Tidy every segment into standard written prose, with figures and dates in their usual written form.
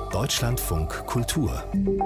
Deutschlandfunk Kultur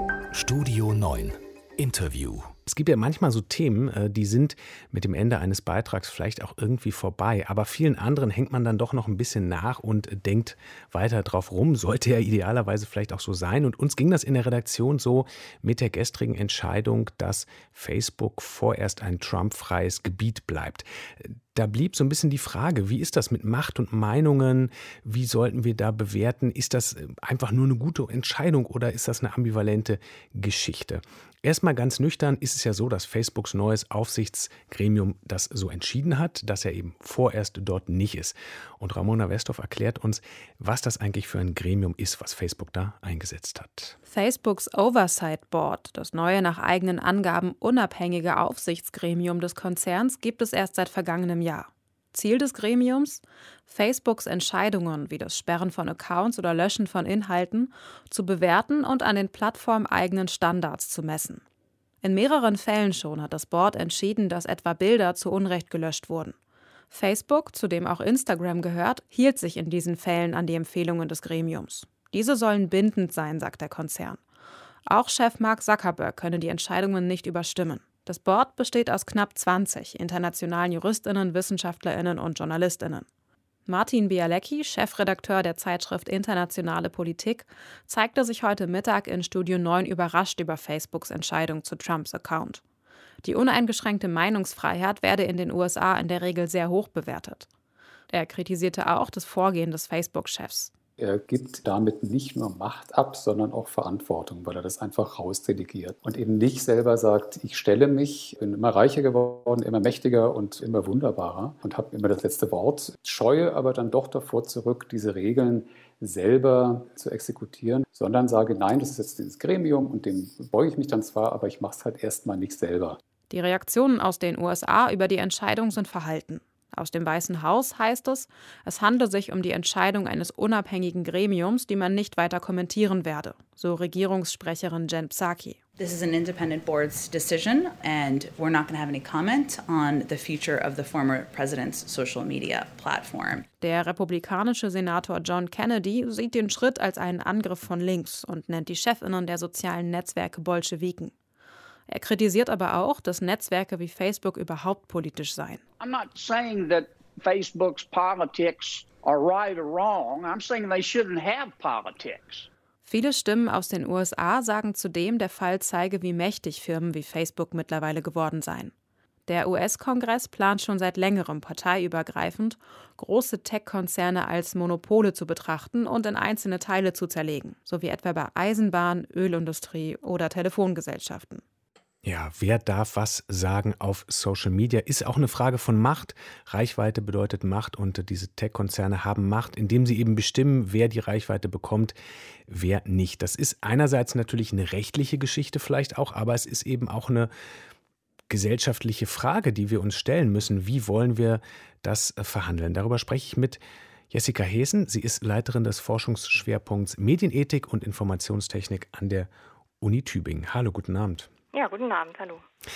Studio 9 Interview. Es gibt ja manchmal so Themen, die sind mit dem Ende eines Beitrags vielleicht auch irgendwie vorbei. Aber vielen anderen hängt man dann doch noch ein bisschen nach und denkt weiter drauf rum. Sollte ja idealerweise vielleicht auch so sein. Und uns ging das in der Redaktion so mit der gestrigen Entscheidung, dass Facebook vorerst ein Trump-freies Gebiet bleibt. Da blieb so ein bisschen die Frage, wie ist das mit Macht und Meinungen? Wie sollten wir da bewerten? Ist das einfach nur eine gute Entscheidung oder ist das eine ambivalente Geschichte? Erstmal ganz nüchtern ist es ja so, dass Facebooks neues Aufsichtsgremium das so entschieden hat, dass er eben vorerst dort nicht ist. Und Ramona Westhoff erklärt uns, was das eigentlich für ein Gremium ist, was Facebook da eingesetzt hat. Facebooks Oversight Board, das neue nach eigenen Angaben unabhängige Aufsichtsgremium des Konzerns, gibt es erst seit vergangenem Jahr. Ziel des Gremiums? Facebooks Entscheidungen wie das Sperren von Accounts oder Löschen von Inhalten zu bewerten und an den plattformeigenen Standards zu messen. In mehreren Fällen schon hat das Board entschieden, dass etwa Bilder zu Unrecht gelöscht wurden. Facebook, zu dem auch Instagram gehört, hielt sich in diesen Fällen an die Empfehlungen des Gremiums. Diese sollen bindend sein, sagt der Konzern. Auch Chef Mark Zuckerberg könne die Entscheidungen nicht überstimmen. Das Board besteht aus knapp 20 internationalen JuristInnen, WissenschaftlerInnen und JournalistInnen. Martin Bialecki, Chefredakteur der Zeitschrift Internationale Politik, zeigte sich heute Mittag in Studio 9 überrascht über Facebooks Entscheidung zu Trumps Account. Die uneingeschränkte Meinungsfreiheit werde in den USA in der Regel sehr hoch bewertet. Er kritisierte auch das Vorgehen des Facebook-Chefs. Er gibt damit nicht nur Macht ab, sondern auch Verantwortung, weil er das einfach rausdelegiert und eben nicht selber sagt, ich stelle mich, bin immer reicher geworden, immer mächtiger und immer wunderbarer und habe immer das letzte Wort, scheue aber dann doch davor zurück, diese Regeln selber zu exekutieren, sondern sage, nein, das ist jetzt dieses Gremium und dem beuge ich mich dann zwar, aber ich mache es halt erstmal nicht selber. Die Reaktionen aus den USA über die Entscheidung sind verhalten. Aus dem Weißen Haus heißt es, es handle sich um die Entscheidung eines unabhängigen Gremiums, die man nicht weiter kommentieren werde, so Regierungssprecherin Jen Psaki. This is an independent board's decision and we're not going to have any comment on the future of the former president's social media platform. Der republikanische Senator John Kennedy sieht den Schritt als einen Angriff von links und nennt die Chefinnen der sozialen Netzwerke Bolschewiken. Er kritisiert aber auch, dass Netzwerke wie Facebook überhaupt politisch seien. I'm not saying that Facebook's politics are right or wrong. I'm saying they shouldn't have politics. Viele Stimmen aus den USA sagen zudem, der Fall zeige, wie mächtig Firmen wie Facebook mittlerweile geworden seien. Der US-Kongress plant schon seit längerem parteiübergreifend, große Tech-Konzerne als Monopole zu betrachten und in einzelne Teile zu zerlegen, so wie etwa bei Eisenbahn, Ölindustrie oder Telefongesellschaften. Ja, wer darf was sagen auf Social Media? Ist auch eine Frage von Macht. Reichweite bedeutet Macht und diese Tech-Konzerne haben Macht, indem sie eben bestimmen, wer die Reichweite bekommt, wer nicht. Das ist einerseits natürlich eine rechtliche Geschichte vielleicht auch, aber es ist eben auch eine gesellschaftliche Frage, die wir uns stellen müssen. Wie wollen wir das verhandeln? Darüber spreche ich mit Jessica Hesen. Sie ist Leiterin des Forschungsschwerpunkts Medienethik und Informationstechnik an der Uni Tübingen. Hallo, guten Abend. Ja, guten Abend, hallo.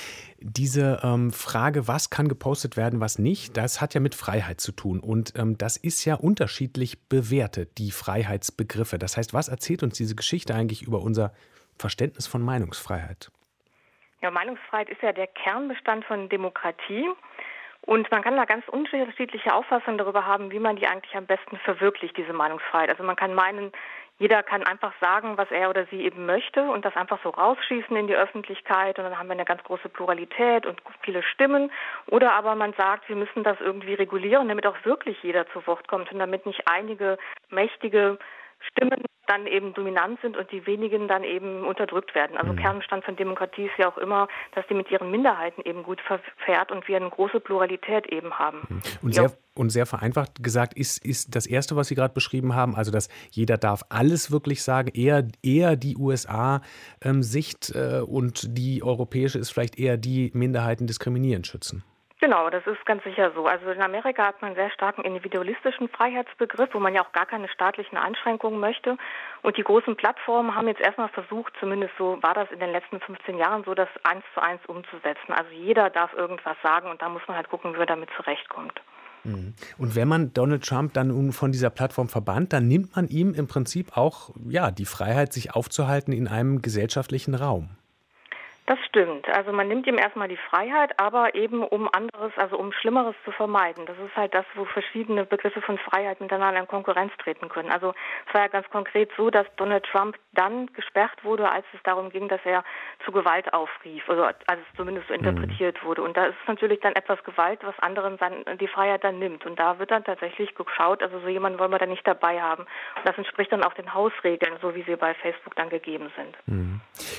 Diese Frage, was kann gepostet werden, was nicht, das hat ja mit Freiheit zu tun. Und das ist ja unterschiedlich bewertet, die Freiheitsbegriffe. Das heißt, was erzählt uns diese Geschichte eigentlich über unser Verständnis von Meinungsfreiheit? Ja, Meinungsfreiheit ist ja der Kernbestand von Demokratie. Und man kann da ganz unterschiedliche Auffassungen darüber haben, wie man die eigentlich am besten verwirklicht, diese Meinungsfreiheit. Also man kann meinen, jeder kann einfach sagen, was er oder sie eben möchte und das einfach so rausschießen in die Öffentlichkeit und dann haben wir eine ganz große Pluralität und viele Stimmen. Oder aber man sagt, wir müssen das irgendwie regulieren, damit auch wirklich jeder zu Wort kommt und damit nicht einige mächtige Stimmen dann eben dominant sind und die wenigen dann eben unterdrückt werden. Also Kernbestand von Demokratie ist ja auch immer, dass die mit ihren Minderheiten eben gut verfährt und wir eine große Pluralität eben haben. Und sehr vereinfacht gesagt ist das Erste, was Sie gerade beschrieben haben, also dass jeder darf alles wirklich sagen, eher die USA-Sicht und die europäische ist vielleicht eher die Minderheiten diskriminierend schützen. Genau, das ist ganz sicher so. Also in Amerika hat man einen sehr starken individualistischen Freiheitsbegriff, wo man ja auch gar keine staatlichen Einschränkungen möchte. Und die großen Plattformen haben jetzt erstmal versucht, zumindest so war das in den letzten 15 Jahren so, das 1:1 umzusetzen. Also jeder darf irgendwas sagen und da muss man halt gucken, wie er damit zurechtkommt. Und wenn man Donald Trump dann nun von dieser Plattform verbannt, dann nimmt man ihm im Prinzip auch die Freiheit, sich aufzuhalten in einem gesellschaftlichen Raum. Das stimmt. Also man nimmt ihm erstmal die Freiheit, aber eben um anderes, also um Schlimmeres zu vermeiden. Das ist halt das, wo verschiedene Begriffe von Freiheit miteinander in Konkurrenz treten können. Also es war ja ganz konkret so, dass Donald Trump dann gesperrt wurde, als es darum ging, dass er zu Gewalt aufrief, also als es zumindest so interpretiert wurde. Und da ist natürlich dann etwas Gewalt, was anderen dann die Freiheit dann nimmt. Und da wird dann tatsächlich geschaut, also so jemanden wollen wir da nicht dabei haben. Und das entspricht dann auch den Hausregeln, so wie sie bei Facebook dann gegeben sind.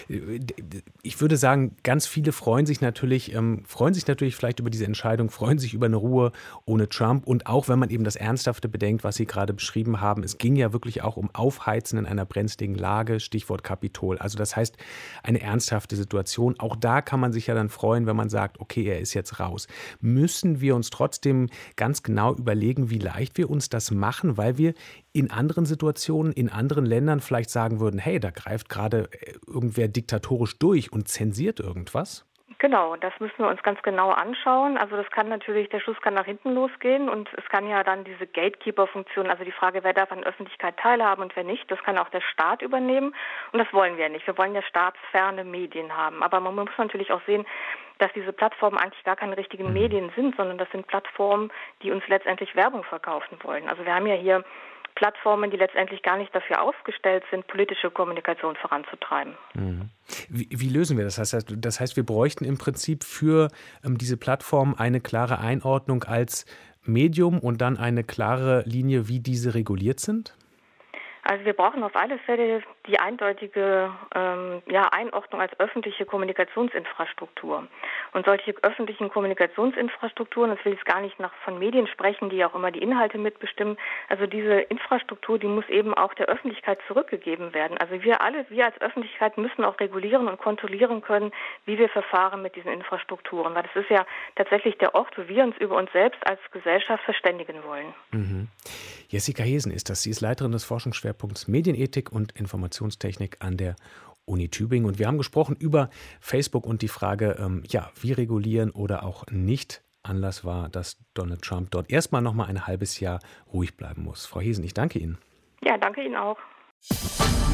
Ich würde sagen, ganz viele freuen sich natürlich vielleicht über diese Entscheidung, freuen sich über eine Ruhe ohne Trump. Und auch wenn man eben das Ernsthafte bedenkt, was Sie gerade beschrieben haben, es ging ja wirklich auch um Aufheizen in einer brenzligen Lage, Stichwort Kapitol. Also das heißt, eine ernsthafte Situation. Auch da kann man sich ja dann freuen, wenn man sagt, okay, er ist jetzt raus. Müssen wir uns trotzdem ganz genau überlegen, wie leicht wir uns das machen, weil wir in anderen Situationen, in anderen Ländern vielleicht sagen würden, hey, da greift gerade irgendwer diktatorisch durch und zensiert irgendwas? Genau, das müssen wir uns ganz genau anschauen. Also das kann natürlich, der Schuss kann nach hinten losgehen und es kann ja dann diese Gatekeeper-Funktion, also die Frage, wer darf an Öffentlichkeit teilhaben und wer nicht, das kann auch der Staat übernehmen und das wollen wir ja nicht. Wir wollen ja staatsferne Medien haben. Aber man muss natürlich auch sehen, dass diese Plattformen eigentlich gar keine richtigen Medien sind, sondern das sind Plattformen, die uns letztendlich Werbung verkaufen wollen. Also wir haben ja hier Plattformen, die letztendlich gar nicht dafür aufgestellt sind, politische Kommunikation voranzutreiben. Wie lösen wir das? Das heißt, wir bräuchten im Prinzip für diese Plattform eine klare Einordnung als Medium und dann eine klare Linie, wie diese reguliert sind? Also wir brauchen auf alle Fälle die eindeutige Einordnung als öffentliche Kommunikationsinfrastruktur. Und solche öffentlichen Kommunikationsinfrastrukturen, das will ich jetzt gar nicht von Medien sprechen, die auch immer die Inhalte mitbestimmen, also diese Infrastruktur, die muss eben auch der Öffentlichkeit zurückgegeben werden. Also wir als Öffentlichkeit müssen auch regulieren und kontrollieren können, wie wir verfahren mit diesen Infrastrukturen. Weil das ist ja tatsächlich der Ort, wo wir uns über uns selbst als Gesellschaft verständigen wollen. Jessica Hesen ist das. Sie ist Leiterin des Forschungsschwerpunkts Medienethik und Informationstechnik an der Uni Tübingen. Und wir haben gesprochen über Facebook und die Frage, wie regulieren oder auch nicht. Anlass war, dass Donald Trump dort erstmal noch mal ein halbes Jahr ruhig bleiben muss. Frau Hesen, ich danke Ihnen. Ja, danke Ihnen auch.